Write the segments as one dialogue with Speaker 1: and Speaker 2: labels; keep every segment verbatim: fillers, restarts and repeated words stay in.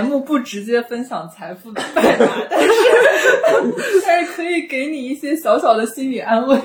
Speaker 1: 节目不直接分享财富的代码，但是但是可以给你一些小小的心理安慰。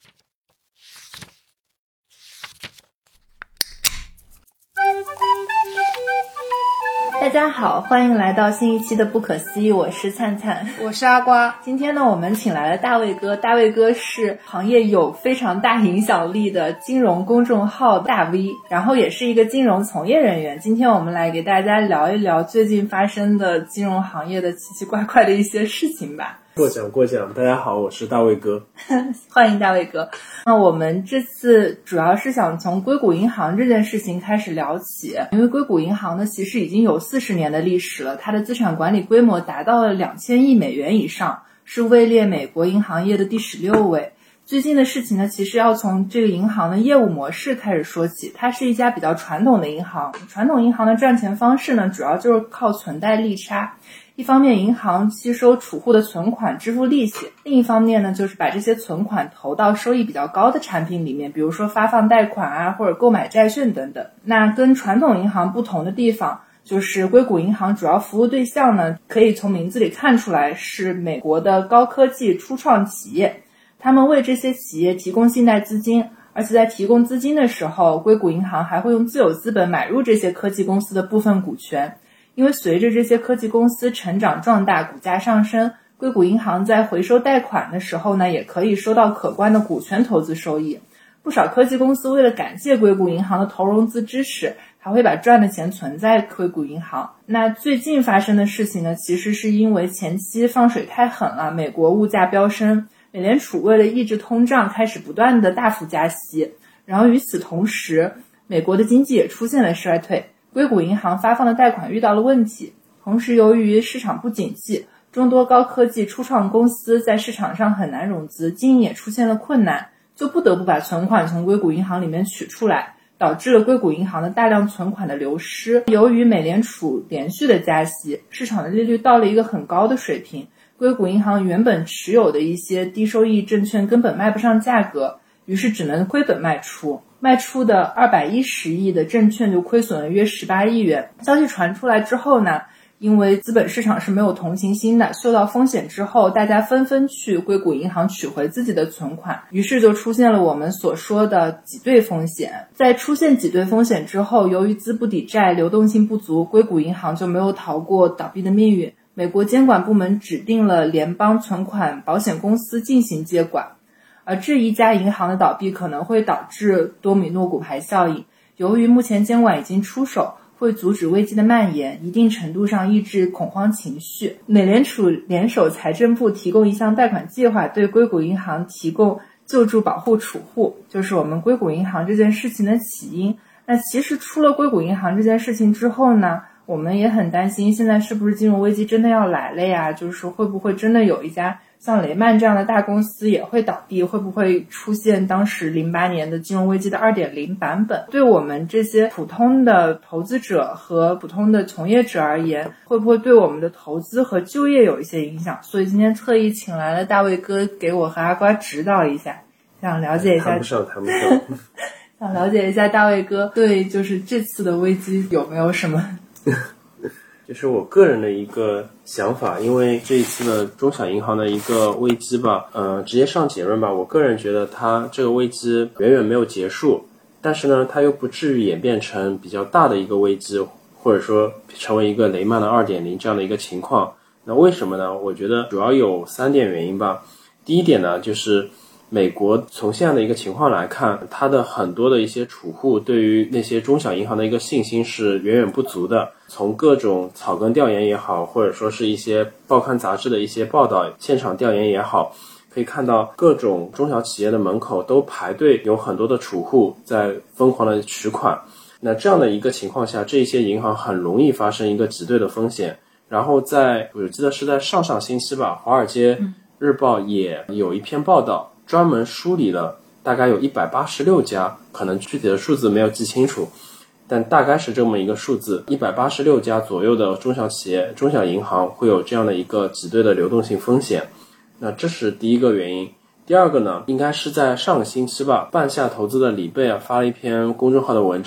Speaker 1: 大家好，欢迎来到新一期的不可思议，我是灿灿，
Speaker 2: 我是阿瓜。
Speaker 1: 今天呢，我们请来了大卫哥。大卫哥是行业有非常大影响力的金融公众号大 V， 然后也是一个金融从业人员。今天我们来给大家聊一聊最近发生的金融行业的奇奇怪怪的一些事情吧。
Speaker 3: 过奖过奖，大家好，我是大卫哥。
Speaker 1: 欢迎大卫哥。那我们这次主要是想从硅谷银行这件事情开始聊起，因为硅谷银行呢其实已经有四十年的历史了，它的资产管理规模达到了两千亿美元以上，是位列美国银行业的第十六位。最近的事情呢，其实要从这个银行的业务模式开始说起。它是一家比较传统的银行，传统银行的赚钱方式呢，主要就是靠存贷利差。一方面银行吸收储户的存款支付利息，另一方面呢就是把这些存款投到收益比较高的产品里面，比如说发放贷款啊，或者购买债券等等。那跟传统银行不同的地方就是硅谷银行主要服务对象呢，可以从名字里看出来是美国的高科技初创企业，他们为这些企业提供信贷资金，而且在提供资金的时候，硅谷银行还会用自有资本买入这些科技公司的部分股权。因为随着这些科技公司成长壮大，股价上升，硅谷银行在回收贷款的时候呢，也可以收到可观的股权投资收益。不少科技公司为了感谢硅谷银行的投融资支持，还会把赚的钱存在硅谷银行。那最近发生的事情呢，其实是因为前期放水太狠了，美国物价飙升，美联储为了抑制通胀开始不断的大幅加息，然后与此同时，美国的经济也出现了衰退，硅谷银行发放的贷款遇到了问题，同时由于市场不景气，众多高科技初创公司在市场上很难融资，经营也出现了困难，就不得不把存款从硅谷银行里面取出来，导致了硅谷银行的大量存款的流失。由于美联储连续的加息，市场的利率到了一个很高的水平，硅谷银行原本持有的一些低收益证券根本卖不上价格，于是只能亏本卖出。卖出的二百一十亿的证券就亏损了约十八亿元。消息传出来之后呢，因为资本市场是没有同情心的，嗅到风险之后，大家纷纷去硅谷银行取回自己的存款，于是就出现了我们所说的挤兑风险。在出现挤兑风险之后，由于资不抵债，流动性不足，硅谷银行就没有逃过倒闭的命运。美国监管部门指定了联邦存款保险公司进行接管，而这一家银行的倒闭可能会导致多米诺骨牌效应。由于目前监管已经出手，会阻止危机的蔓延，一定程度上抑制恐慌情绪。美联储联手财政部提供一项贷款计划，对硅谷银行提供救助保护储户，就是我们硅谷银行这件事情的起因。那其实出了硅谷银行这件事情之后呢，我们也很担心现在是不是金融危机真的要来了呀，就是会不会真的有一家像雷曼这样的大公司也会倒闭，会不会出现当时零八年的金融危机的 二点零 版本。对我们这些普通的投资者和普通的从业者而言，会不会对我们的投资和就业有一些影响。所以今天特意请来了大卫哥给我和阿瓜指导一下，想了解一下
Speaker 3: 谈不上谈不上
Speaker 1: 想了解一下大卫哥对就是这次的危机有没有什么
Speaker 3: 就是我个人的一个想法，因为这一次的中小银行的一个危机吧，呃，直接上结论吧。我个人觉得它这个危机远远没有结束，但是呢，它又不至于演变成比较大的一个危机，或者说成为一个雷曼的 二点零 这样的一个情况。那为什么呢？我觉得主要有三点原因吧。第一点呢，就是美国从现在的一个情况来看，它的很多的一些储户对于那些中小银行的一个信心是远远不足的。从各种草根调研也好，或者说是一些报刊杂志的一些报道、现场调研也好，可以看到各种中小企业的门口都排队，有很多的储户在疯狂的取款。那这样的一个情况下，这些银行很容易发生一个挤兑的风险。然后在我记得是在上上星期吧，华尔街日报也有一篇报道，专门梳理了大概有一百八十六家，可能具体的数字没有记清楚，但大概是这么一个数字，一百八十六家左右的中小企业、中小银行会有这样的一个挤兑的流动性风险。那这是第一个原因。第二个呢，应该是在上个星期吧，半夏投资的李贝啊发了一篇公众号的文章，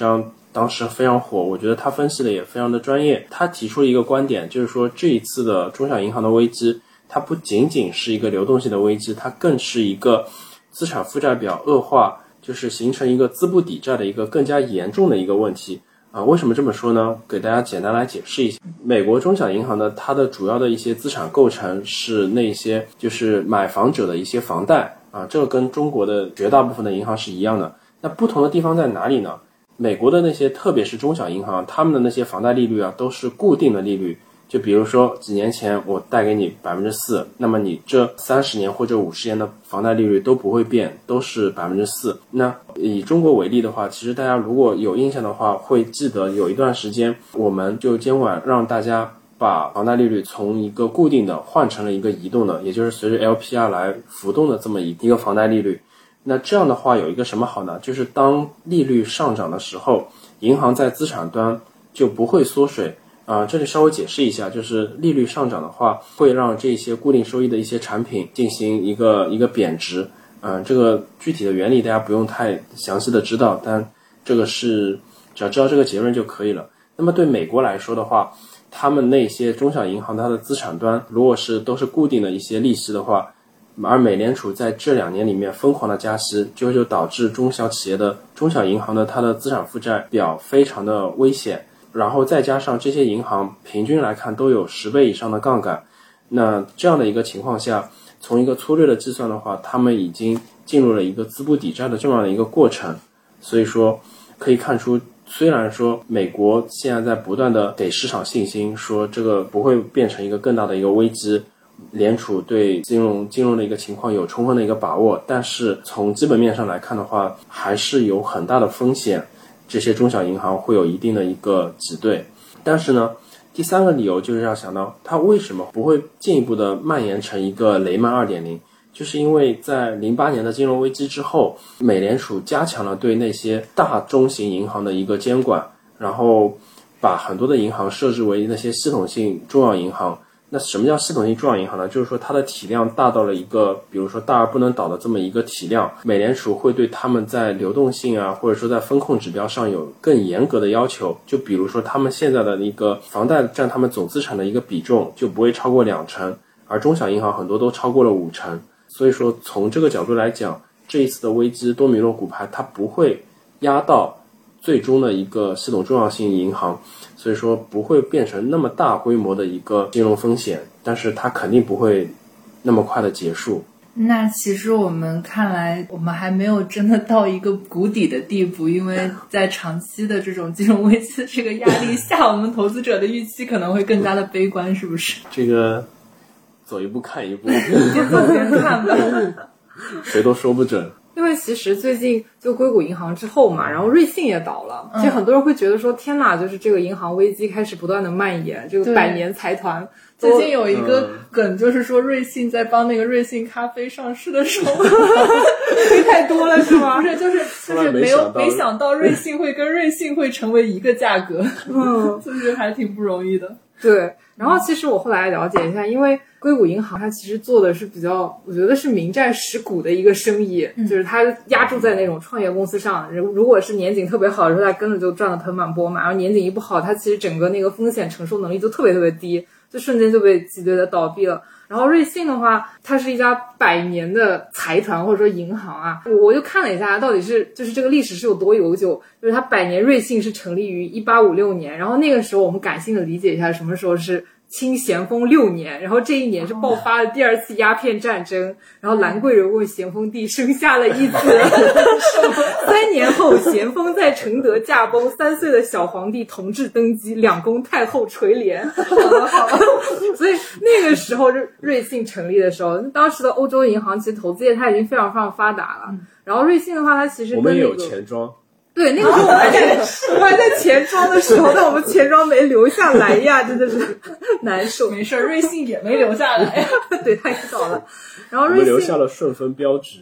Speaker 3: 当时非常火，我觉得他分析的也非常的专业。他提出了一个观点，就是说这一次的中小银行的危机，它不仅仅是一个流动性的危机，它更是一个资产负债表恶化，就是形成一个资不抵债的一个更加严重的一个问题啊。为什么这么说呢？给大家简单来解释一下。美国中小银行呢，它的主要的一些资产构成是那些就是买房者的一些房贷啊，这个跟中国的绝大部分的银行是一样的。那不同的地方在哪里呢？美国的那些特别是中小银行，他们的那些房贷利率啊都是固定的利率，就比如说几年前我贷给你 百分之四， 那么你这三十年或者五十年的房贷利率都不会变，都是 百分之四。 那以中国为例的话，其实大家如果有印象的话，会记得有一段时间我们就监管让大家把房贷利率从一个固定的换成了一个移动的，也就是随着 L P R 来浮动的这么一个房贷利率。那这样的话有一个什么好呢？就是当利率上涨的时候，银行在资产端就不会缩水啊、呃。这里稍微解释一下，就是利率上涨的话，会让这些固定收益的一些产品进行一个一个贬值。嗯、呃，这个具体的原理大家不用太详细的知道，但这个是只要知道这个结论就可以了。那么对美国来说的话，他们那些中小银行它的资产端如果是都是固定的一些利息的话，而美联储在这两年里面疯狂的加息，就就导致中小企业的中小银行的它的资产负债表非常的危险，然后再加上这些银行平均来看都有十倍以上的杠杆，那这样的一个情况下，从一个粗略的计算的话，他们已经进入了一个资不抵债的这样的一个过程。所以说可以看出，虽然说美国现在在不断的给市场信心，说这个不会变成一个更大的一个危机，联储对金融金融的一个情况有充分的一个把握，但是从基本面上来看的话，还是有很大的风险，这些中小银行会有一定的一个挤兑。但是呢，第三个理由就是要想到它为什么不会进一步的蔓延成一个雷曼 二点零， 就是因为在零八年的金融危机之后，美联储加强了对那些大中型银行的一个监管，然后把很多的银行设置为那些系统性重要银行。那什么叫系统性重要银行呢？就是说它的体量大到了一个比如说大而不能倒的这么一个体量，美联储会对他们在流动性啊，或者说在风控指标上有更严格的要求。就比如说他们现在的一个房贷占他们总资产的一个比重就不会超过两成，而中小银行很多都超过了五成。所以说从这个角度来讲，这一次的危机多米诺骨牌它不会压到最终的一个系统重要性银行，所以说不会变成那么大规模的一个金融风险，但是它肯定不会那么快的结束。
Speaker 1: 那其实我们看来我们还没有真的到一个谷底的地步，因为在长期的这种金融危机这个压力下，我们投资者的预期可能会更加的悲观，是不是？
Speaker 3: 这个走一步看一步
Speaker 1: 边走边看吧
Speaker 3: 谁都说不准。
Speaker 2: 因为其实最近就硅谷银行之后嘛，然后瑞信也倒了，其实很多人会觉得说天哪，就是这个银行危机开始不断的蔓延，这个百年财团。
Speaker 1: 最近有一个梗，就是说瑞信在帮那个瑞幸咖啡上市的时候
Speaker 2: 亏太多了是吗？
Speaker 1: 不是，就是就是没有没想到瑞幸会跟瑞幸会成为一个价格，嗯，就是还挺不容易的。
Speaker 2: 对，然后其实我后来了解一下，因为硅谷银行它其实做的是比较，我觉得是民债实股的一个生意，嗯、就是它压注在那种创业公司上，如果是年景特别好的时候，它跟着就赚得盆满钵满，然后年景一不好，它其实整个那个风险承受能力就特别特别低，就瞬间就被挤兑的倒闭了。然后瑞信的话，它是一家百年的财团或者说银行啊，我我就看了一下它到底是就是这个历史是有多悠久，就是它百年瑞信是成立于一八五六年，然后那个时候我们感性的理解一下什么时候是清咸丰六年，然后这一年是爆发了第二次鸦片战争，然后兰贵人为咸丰帝生下了一子三年后咸丰在承德驾崩，三岁的小皇帝同治登基，两宫太后垂帘好了好了所以那个时候瑞信成立的时候，当时的欧洲银行其实投资业它已经非常非常发达了，然后瑞信的话它其实跟、那个、
Speaker 3: 我们也有钱庄，
Speaker 2: 对，那个时候我还在我还在钱庄的时候，但我们钱庄没留下来呀，真的是难受。
Speaker 1: 没事，瑞信也没留下来。
Speaker 2: 对，太早了。然后瑞信
Speaker 3: 我们留下了顺丰标志。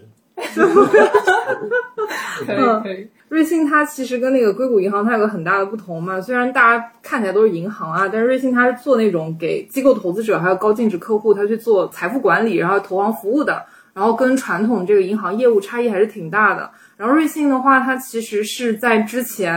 Speaker 1: 可以可以。
Speaker 2: 瑞信它其实跟那个硅谷银行它有个很大的不同嘛，虽然大家看起来都是银行啊，但是瑞信它是做那种给机构投资者还有高净值客户，它去做财富管理，然后投行服务的，然后跟传统这个银行业务差异还是挺大的。然后瑞信的话，它其实是在之前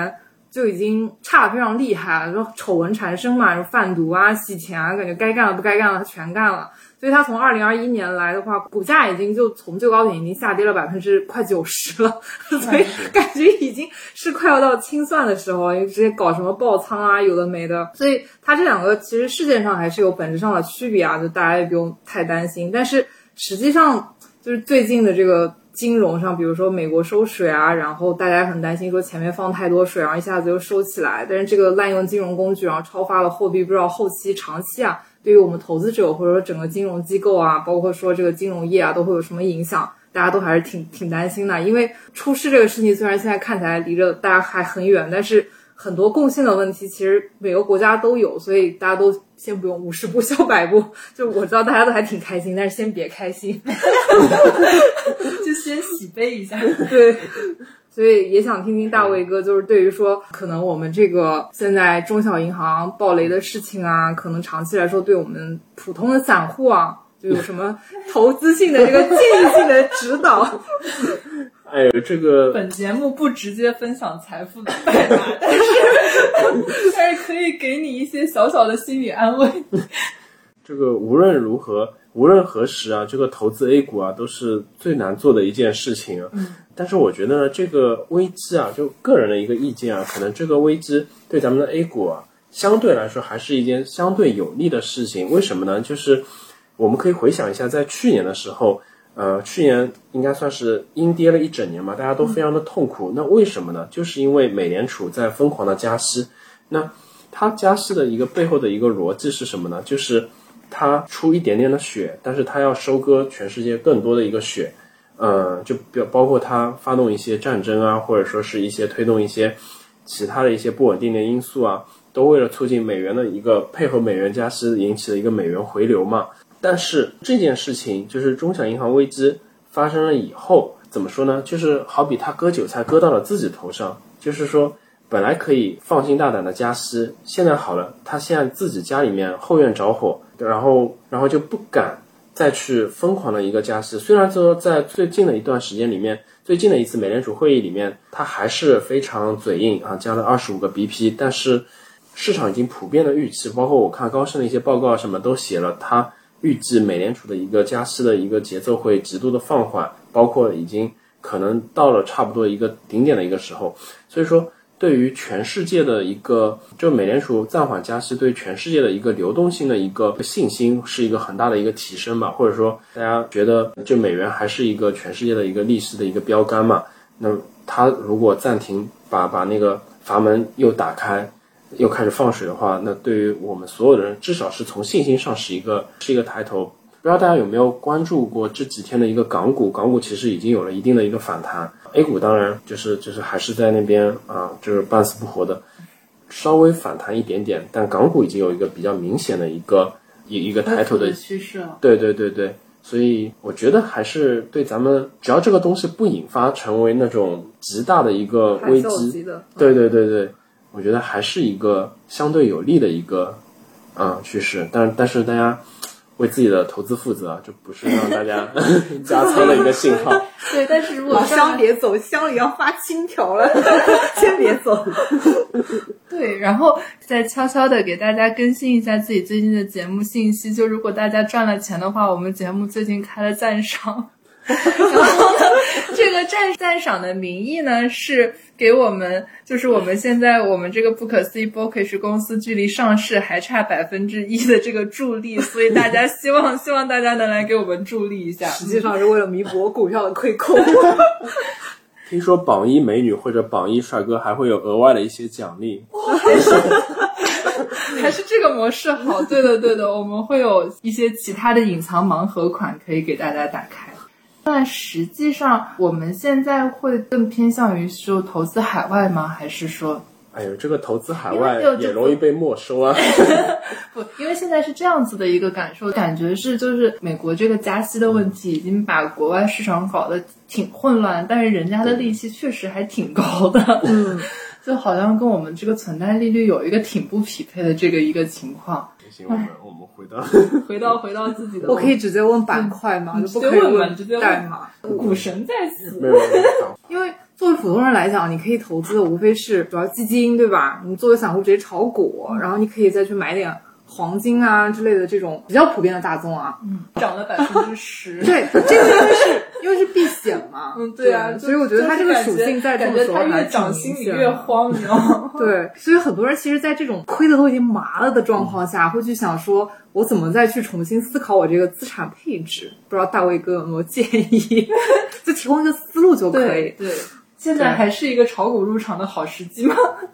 Speaker 2: 就已经差得非常厉害了，就丑闻缠身嘛，贩毒啊、洗钱啊，感觉该干的不该干的他全干了。所以他从二零二一年来的话，股价已经就从最高点已经下跌了百分之快九十了，所以感觉已经是快要到清算的时候了，因为直接搞什么爆仓啊，有的没的。所以它这两个其实事件上还是有本质上的区别啊，就大家也不用太担心。但是实际上就是最近的这个金融上，比如说美国收水啊，然后大家很担心说前面放太多水，然后一下子又收起来，但是这个滥用金融工具，然后超发了货币，不知道后期长期啊对于我们投资者或者说整个金融机构啊，包括说这个金融业啊，都会有什么影响，大家都还是挺挺担心的。因为出事这个事情虽然现在看起来离着大家还很远，但是很多共性的问题其实每个国家都有，所以大家都先不用五十步笑百步。就我知道大家都还挺开心，但是先别开心
Speaker 1: 就先喜悲一下。
Speaker 2: 对，所以也想听听大卫哥，就是对于说可能我们这个现在中小银行暴雷的事情啊，可能长期来说对我们普通的散户啊，就有什么投资性的这个建议性的指导。
Speaker 3: 哎呦，这个
Speaker 1: 本节目不直接分享财富的代码，但是但是可以给你一些小小的心理安慰。
Speaker 3: 这个无论如何，无论何时啊，这个投资 A 股啊，都是最难做的一件事情啊。嗯，但是我觉得呢，这个危机啊，就个人的一个意见啊，可能这个危机对咱们的 A 股啊，相对来说还是一件相对有利的事情。为什么呢？就是我们可以回想一下，在去年的时候。呃，去年应该算是阴跌了一整年嘛，大家都非常的痛苦。那为什么呢？就是因为美联储在疯狂的加息。那它加息的一个背后的一个逻辑是什么呢？就是它出一点点的血，但是它要收割全世界更多的一个血。呃，就包括它发动一些战争啊，或者说是一些推动一些其他的一些不稳定的因素啊，都为了促进美元的一个配合美元加息引起的一个美元回流嘛。但是这件事情就是中小银行危机发生了以后，怎么说呢？就是好比他割韭菜割到了自己头上，就是说本来可以放心大胆的加息，现在好了，他现在自己家里面后院着火，然后然后就不敢再去疯狂的一个加息。虽然说在最近的一段时间里面，最近的一次美联储会议里面，他还是非常嘴硬啊，加了二十五个 B P， 但是市场已经普遍的预期，包括我看高盛的一些报告什么都写了，他预计美联储的一个加息的一个节奏会极度的放缓，包括已经可能到了差不多一个顶点的一个时候。所以说对于全世界的一个，就美联储暂缓加息对全世界的一个流动性的一个信心是一个很大的一个提升嘛，或者说大家觉得就美元还是一个全世界的一个利息的一个标杆嘛，那它如果暂停把把那个阀门又打开又开始放水的话，那对于我们所有的人至少是从信心上是一个是一个抬头。不知道大家有没有关注过这几天的一个港股，港股其实已经有了一定的一个反弹， A 股当然就是就是还是在那边啊，就是半死不活的，稍微反弹一点点，但港股已经有一个比较明显的一个一一个抬头的
Speaker 1: 趋势了。
Speaker 3: 对对对对，所以我觉得还是对咱们，只要这个东西不引发成为那种极大的一个危机，对对对对，我觉得还是一个相对有利的一个啊、嗯、趋势。但但是大家为自己的投资负责，这不是让大家加仓的一个信号。
Speaker 1: 对，但是如果
Speaker 2: 乡别走，乡里要发金条了，先别走。
Speaker 1: 对，然后再悄悄的给大家更新一下自己最近的节目信息。就如果大家赚了钱的话，我们节目最近开了赞赏。然后呢，这个赞赞赏的名义呢是给我们，就是我们现在我们这个不可思议 Bookish 公司距离上市还差百分之一的这个助力，所以大家希望希望大家能来给我们助力一下。
Speaker 2: 实际上是为了弥补我股票的亏空。
Speaker 3: 听说榜一美女或者榜一帅哥还会有额外的一些奖励。
Speaker 1: 还是这个模式好。对的对的，我们会有一些其他的隐藏盲盒款可以给大家打开。那实际上我们现在会更偏向于说投资海外吗？还是说
Speaker 3: 哎呦，这个投资海外也容易被没收啊。
Speaker 1: 不，因为现在是这样子的一个感受，感觉是就是美国这个加息的问题已经把国外市场搞得挺混乱，但是人家的利息确实还挺高的。嗯，就好像跟我们这个存贷利率有一个挺不匹配的这个一个情况。
Speaker 3: 行，我们我们回到
Speaker 1: 回到回到自己的，
Speaker 2: 我可以直接问板块吗？
Speaker 1: 嗯、
Speaker 2: 就不可以
Speaker 1: 问直接问
Speaker 2: 代码。
Speaker 1: 股神在此，
Speaker 3: 没有没有，
Speaker 2: 因为作为普通人来讲，你可以投资的无非是主要基金，对吧？你作为散户直接炒股，嗯、然后你可以再去买点黄金啊之类的这种比较普遍的大宗啊，
Speaker 1: 嗯，涨了百分之十。
Speaker 2: 对，这个因为是因为是避险嘛，
Speaker 1: 嗯，对啊，
Speaker 2: 所以我觉得它这个属性在这种时候还
Speaker 1: 越涨心里越慌，你知道吗？
Speaker 2: 对，所以很多人其实，在这种亏的都已经麻了的状况下，嗯、会去想说，我怎么再去重新思考我这个资产配置？不知道大卫哥有没有建议？就提供一个思路就可以。
Speaker 1: 对，对现在还是一个炒股入场的好时机吗？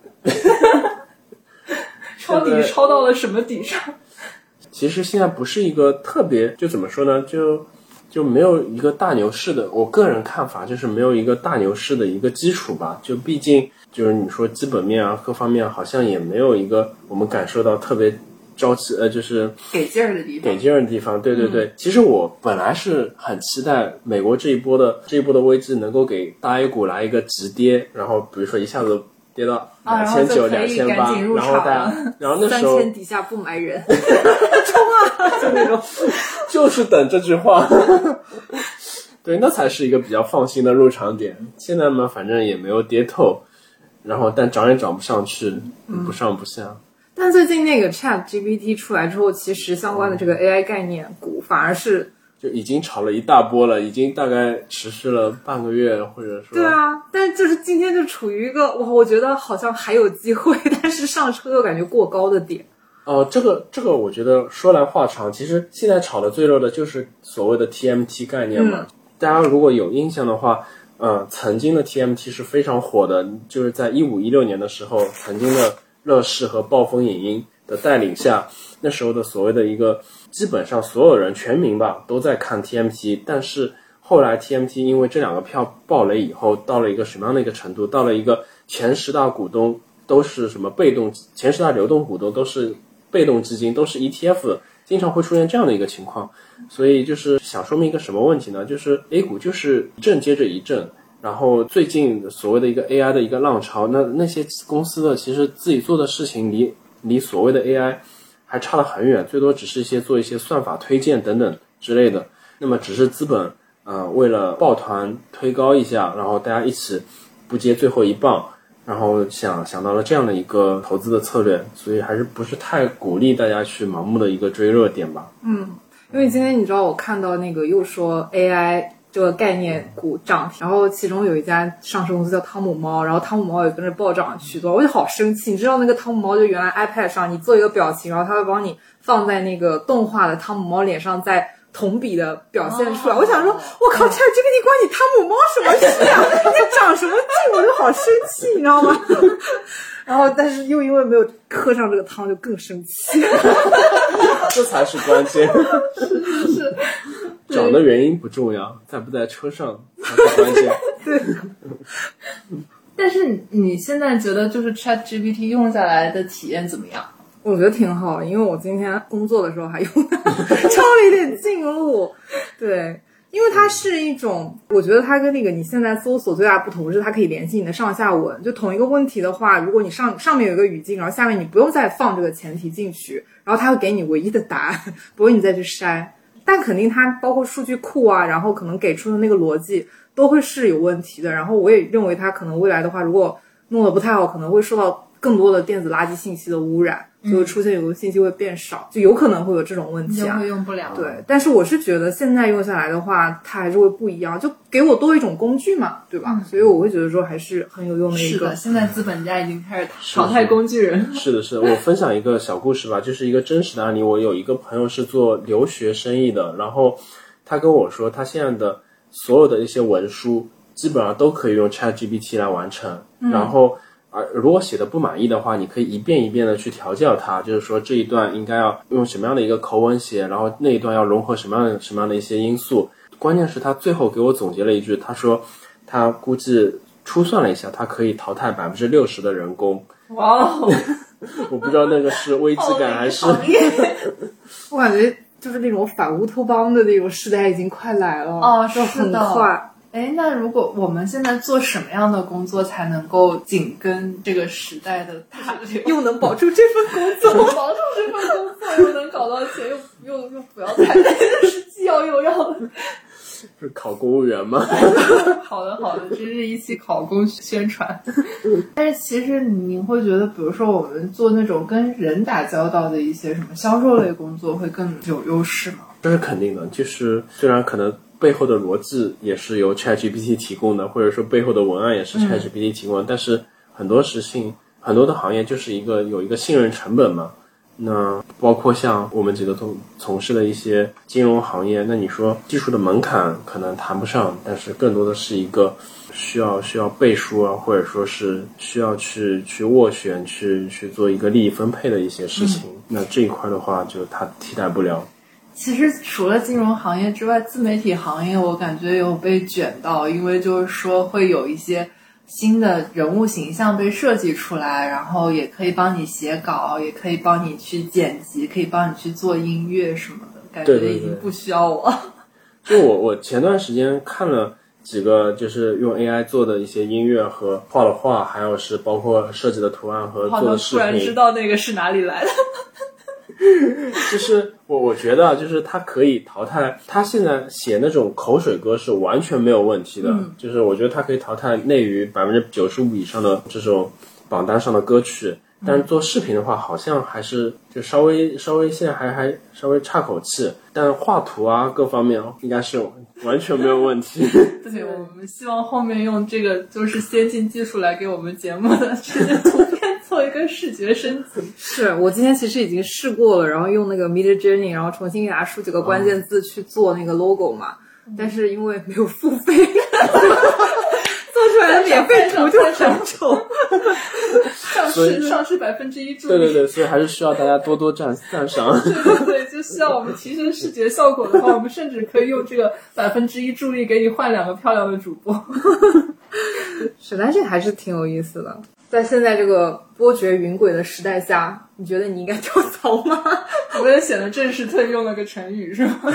Speaker 1: 抄底抄到了什么底上？
Speaker 3: 其实现在不是一个特别，就怎么说呢，就就没有一个大牛市的，我个人看法就是没有一个大牛市的一个基础吧。就毕竟就是你说基本面啊，各方面好像也没有一个我们感受到特别朝气，呃，就是
Speaker 1: 给劲儿的地方，
Speaker 3: 给劲儿的地方。对对对，嗯、其实我本来是很期待美国这一波的这一波的危机能够给大 A 股来一个急跌，然然后比如说一下子跌到两千九、两千八，然后大家，然后那时候
Speaker 2: 三千底下不买人，冲啊！就那种，
Speaker 3: 就是等这句话。对，那才是一个比较放心的入场点。现在嘛，反正也没有跌透，然后但涨也涨不上去，不上不下。嗯、
Speaker 2: 但最近那个 Chat G P T 出来之后，其实相关的这个 A I 概念股反而是。
Speaker 3: 就已经炒了一大波了，已经大概持续了半个月，或者说
Speaker 2: 对啊，但就是今天就处于一个我我觉得好像还有机会，但是上车又感觉过高的点。
Speaker 3: 哦、呃，这个这个我觉得说来话长，其实现在炒的最热的就是所谓的 T M T 概念嘛。嗯、大家如果有印象的话，呃，曾经的 T M T 是非常火的，就是在一五一六年的时候，曾经的乐视和暴风影音的带领下，那时候的所谓的一个。基本上所有人全民吧都在看 T M T， 但是后来 T M T 因为这两个票爆雷以后，到了一个什么样的一个程度？到了一个前十大股东都是什么被动，前十大流动股东都是被动基金，都是 E T F， 经常会出现这样的一个情况。所以就是想说明一个什么问题呢？就是 A 股就是一阵接着一阵，然后最近所谓的一个 A I 的一个浪潮，那那些公司的其实自己做的事情离离所谓的 A I。还差得很远，最多只是一些做一些算法推荐等等之类的。那么只是资本呃为了抱团推高一下，然后大家一起不接最后一棒，然后想想到了这样的一个投资的策略，所以还是不是太鼓励大家去盲目的一个追热点吧。
Speaker 2: 嗯，因为今天你知道我看到那个又说 A I 这个概念股涨停，然后其中有一家上市公司叫汤姆猫，然后汤姆猫也跟着暴涨许多，我就好生气。你知道那个汤姆猫就原来 iPad 上你做一个表情，然后它会帮你放在那个动画的汤姆猫脸上再同比的表现出来。哦、我想说，我靠 ，Chat G P T 关你汤姆猫什么事啊？你长什么劲？我就好生气，你知道吗？然后，但是又因为没有喝上这个汤，就更生气。
Speaker 3: 这才是关键。
Speaker 1: 是是是。
Speaker 3: 涨的原因不重要，在不在车上才是关键。
Speaker 2: 对。
Speaker 1: 但是你现在觉得就是 Chat G P T 用下来的体验怎么样？
Speaker 2: 我觉得挺好，因为我今天工作的时候还用它，抄了一点近路。对，因为它是一种，我觉得它跟那个你现在搜索最大不同是它可以联系你的上下文。就同一个问题的话，如果你上上面有一个语境，然后下面你不用再放这个前提进去，然后它会给你唯一的答案，不会你再去筛。但肯定它包括数据库啊，然后可能给出的那个逻辑都会是有问题的。然后我也认为它可能未来的话，如果弄得不太好，可能会受到更多的电子垃圾信息的污染，就会出现有的信息会变少，就有可能会有这种问题啊，
Speaker 1: 会用不了。
Speaker 2: 对，但是我是觉得现在用下来的话，它还是会不一样，就给我多一种工具嘛，对吧？嗯、所以我会觉得说还是很有用的一个。
Speaker 1: 是的，现在资本家已经开始淘汰工具人。
Speaker 3: 是的，是的。我分享一个小故事吧，就是一个真实的案例。我有一个朋友是做留学生意的，然后他跟我说，他现在的所有的一些文书基本上都可以用 Chat G P T 来完成，嗯、然后。啊，如果写的不满意的话，你可以一遍一遍的去调教它，就是说这一段应该要用什么样的一个口吻写，然后那一段要融合什么样的什么样的一些因素。关键是他最后给我总结了一句，他说他估计初算了一下，他可以淘汰百分之六十的人工。
Speaker 1: 哇哦！
Speaker 3: 我不知道那个是危机感还是
Speaker 2: 我感觉就是那种反乌托邦的那种时代已经快来了
Speaker 1: 哦，
Speaker 2: 就很快。
Speaker 1: 哎，那如果我们现在做什么样的工作才能够紧跟这个时代的大流，
Speaker 2: 又能保住这份工作，
Speaker 1: 保住这份工作，又能搞到钱，又又又不要太累，是既要又要的。
Speaker 3: 是考公务员吗？
Speaker 1: 好的好的，这是一期考公宣传。但是其实您会觉得，比如说我们做那种跟人打交道的一些什么销售类工作会更有优势吗？
Speaker 3: 这是肯定的，就是虽然可能背后的逻辑也是由 ChatGPT 提供的，或者说背后的文案也是 ChatGPT 提供的、嗯、但是很多事情很多的行业就是一个有一个信任成本嘛。那包括像我们几个从从事的一些金融行业，那你说技术的门槛可能谈不上，但是更多的是一个需要需要背书啊，或者说是需要去去斡旋，去去做一个利益分配的一些事情、嗯、那这一块的话就它替代不了。
Speaker 1: 其实除了金融行业之外，自媒体行业我感觉有被卷到，因为就是说会有一些新的人物形象被设计出来，然后也可以帮你写稿，也可以帮你去剪辑，可以帮你去做音乐什么的，感觉已经不需要我。
Speaker 3: 对对对，就我我前段时间看了几个就是用 A I 做的一些音乐和画的画，还有是包括设计的图案和做的视频。
Speaker 1: 突然知道那个是哪里来的。
Speaker 3: 就是我我觉得就是他可以淘汰，他现在写那种口水歌是完全没有问题的、嗯、就是我觉得他可以淘汰内娱百分之九十五以上的这种榜单上的歌曲，但是做视频的话好像还是就稍微稍微现在还还稍微差口气，但画图啊各方面应该是完全没有问题。
Speaker 1: 对，我们希望后面用这个就是先进技术来给我们节目的这些图片做一个视觉升级。
Speaker 2: 是我今天其实已经试过了，然后用那个 Midjourney 然后重新给它输几个关键字去做那个 logo 嘛、嗯、但是因为没有付费做出来的免费图就很丑。
Speaker 1: 上市上市百分之一助力。
Speaker 3: 对对对，所以还是需要大家多多赞赞赏。
Speaker 1: 对对对，就需要我们提升视觉效果的话，我们甚至可以用这个百分之一助力给你换两个漂亮的主播。
Speaker 2: 是，但这还是挺有意思的。在现在这个波谲云诡的时代下，你觉得你应该跳槽吗？
Speaker 1: 我也显得正式特意用了个成语是吗？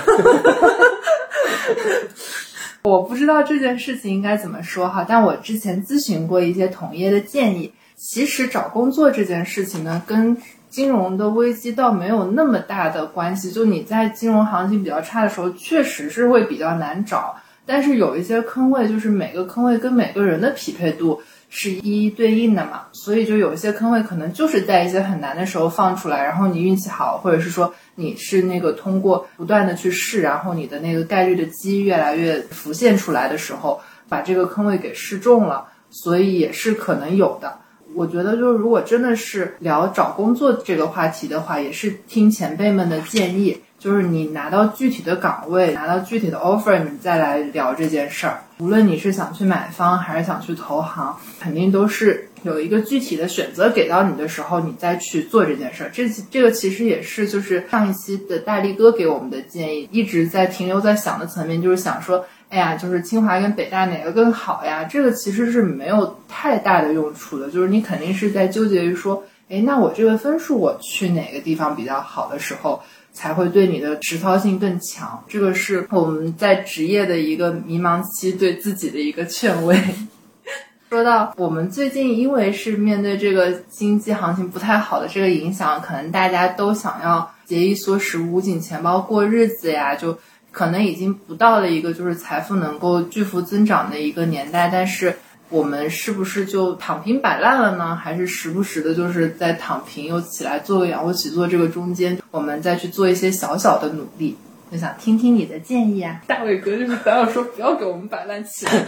Speaker 1: 我不知道这件事情应该怎么说哈，但我之前咨询过一些同业的建议，其实找工作这件事情呢，跟金融的危机倒没有那么大的关系。就你在金融行情比较差的时候，确实是会比较难找，但是有一些坑位，就是每个坑位跟每个人的匹配度是一一对应的嘛，所以就有一些坑位可能就是在一些很难的时候放出来，然后你运气好，或者是说你是那个通过不断的去试，然后你的那个概率的机越来越浮现出来的时候，把这个坑位给试中了，所以也是可能有的。我觉得就是如果真的是聊找工作这个话题的话，也是听前辈们的建议，就是你拿到具体的岗位，拿到具体的 offer， 你再来聊这件事儿。无论你是想去买方还是想去投行，肯定都是有一个具体的选择给到你的时候，你再去做这件事儿。这这个其实也是就是上一期的大力哥给我们的建议，一直在停留在想的层面，就是想说，哎呀，就是清华跟北大哪个更好呀？这个其实是没有太大的用处的，就是你肯定是在纠结于说，哎，那我这个分数我去哪个地方比较好的时候，才会对你的实操性更强。这个是我们在职业的一个迷茫期对自己的一个劝慰。说到我们最近因为是面对这个经济行情不太好的这个影响，可能大家都想要节衣缩食捂紧钱包过日子呀，就可能已经不到了一个就是财富能够巨幅增长的一个年代，但是我们是不是就躺平摆烂了呢？还是时不时的就是在躺平又起来做个仰卧起坐，这个中间我们再去做一些小小的努力？就想听听你的建议啊。大伟哥就是咱要说不要给我们摆烂起来。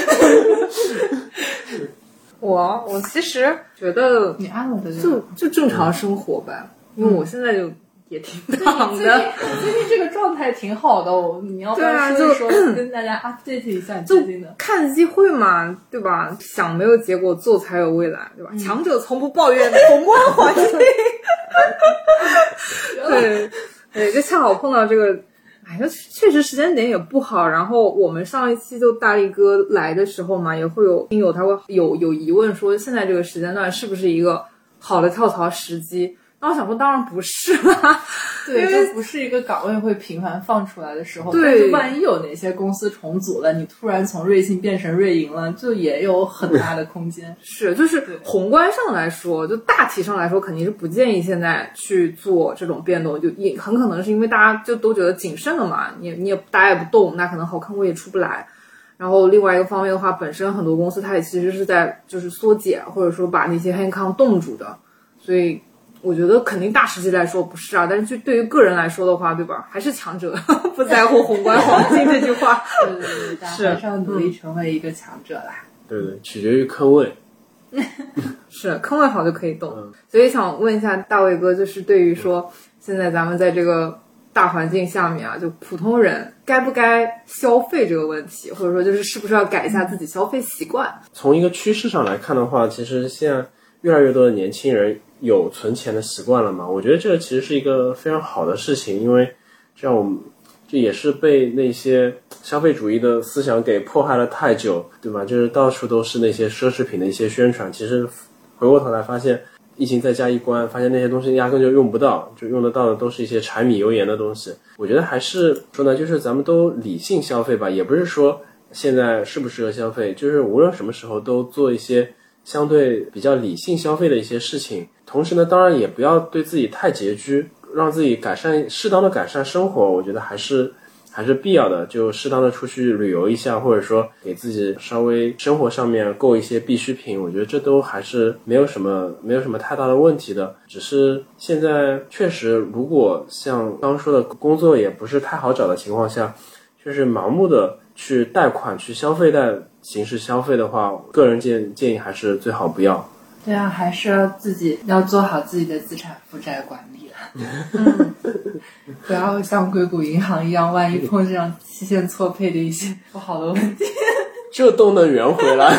Speaker 2: 我我其实觉得
Speaker 1: 你按了的
Speaker 2: 就就正常生活吧，因为我现在就也挺躺的。
Speaker 1: 最近这个状态挺好的，我你要不要说一说，跟大家 update 一下你最近的？
Speaker 2: 看机会嘛，对吧？想没有结果，做才有未来，对吧？嗯、强者从不抱怨宏观环境。对对，就恰好碰到这个。哎，那确实时间点也不好。然后我们上一期就大力哥来的时候嘛，也会有听友他会有有疑问说，现在这个时间段是不是一个好的跳槽时机？ 那我想说，当然不是啦。
Speaker 1: 对，这不是一个岗位会频繁放出来的时候。
Speaker 2: 对，
Speaker 1: 但是万一有哪些公司重组了，你突然从瑞幸变成瑞银了，就也有很大的空间。
Speaker 2: 是，就是宏观上来说，就大体上来说，肯定是不建议现在去做这种变动，就也很可能是因为大家就都觉得谨慎了嘛，你你也大家也不动，那可能好看味也出不来。然后另外一个方面的话，本身很多公司它也其实是在就是缩减，或者说把那些黑康冻住的，所以。我觉得肯定大实际来说不是啊，但是就对于个人来说的话，对吧？还是强者不在乎宏观环境这句话。
Speaker 1: 对对对，大家还是要努力成为一个强者啦。
Speaker 3: 对对，取决于坑位。
Speaker 2: 是坑位好就可以动。嗯、所以想问一下大卫哥，就是对于说现在咱们在这个大环境下面啊，就普通人该不该消费这个问题，或者说就是是不是要改一下自己消费习惯？
Speaker 3: 从一个趋势上来看的话，其实现在越来越多的年轻人有存钱的习惯了嘛，我觉得这个其实是一个非常好的事情，因为这样我们这也是被那些消费主义的思想给迫害了太久，对吧？就是到处都是那些奢侈品的一些宣传，其实回过头来发现疫情在家一关，发现那些东西压根就用不到，就用得到的都是一些柴米油盐的东西。我觉得还是说呢，就是咱们都理性消费吧，也不是说现在适不适合消费，就是无论什么时候都做一些相对比较理性消费的一些事情。同时呢，当然也不要对自己太拮据，让自己改善适当的改善生活，我觉得还是还是必要的，就适当的出去旅游一下，或者说给自己稍微生活上面购一些必需品，我觉得这都还是没有什么没有什么太大的问题的。只是现在确实如果像刚刚说的工作也不是太好找的情况下，就是盲目的去贷款去消费贷形式消费的话，个人建建议还是最好不要。
Speaker 1: 对啊，还是要自己要做好自己的资产负债管理了。嗯，不要像硅谷银行一样，万一碰上期限错配的一些不好的问题，
Speaker 3: 这都能圆回来。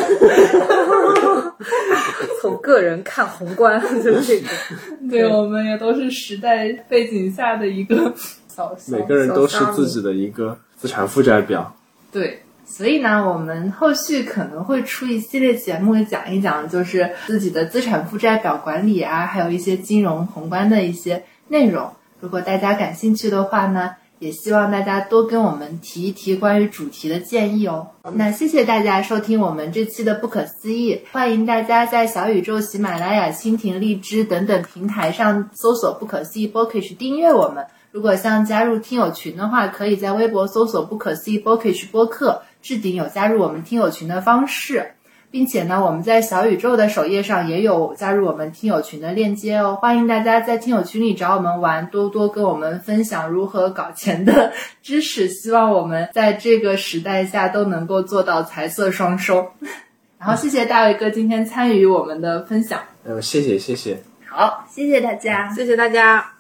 Speaker 2: 从个人看宏观，就这个。
Speaker 1: 对，我们也都是时代背景下的一个小小，
Speaker 3: 每个人都是自己的一个资产负债表。
Speaker 1: 对。所以呢，我们后续可能会出一系列节目讲一讲，就是自己的资产负债表管理啊，还有一些金融宏观的一些内容。如果大家感兴趣的话呢，也希望大家多跟我们提一提关于主题的建议哦。那谢谢大家收听我们这期的不可思议，欢迎大家在小宇宙、喜马拉雅、蜻蜓、荔枝等等平台上搜索不可思议播客去订阅我们。如果想加入听友群的话，可以在微博搜索不可思议 Bookish 播客，置顶有加入我们听友群的方式，并且呢，我们在小宇宙的首页上也有加入我们听友群的链接哦。欢迎大家在听友群里找我们玩，多多跟我们分享如何搞钱的知识，希望我们在这个时代下都能够做到财色双收。然后谢谢大卫哥今天参与我们的分享。
Speaker 3: 呃，谢谢谢谢。
Speaker 1: 好，谢谢大家，
Speaker 2: 谢谢大家。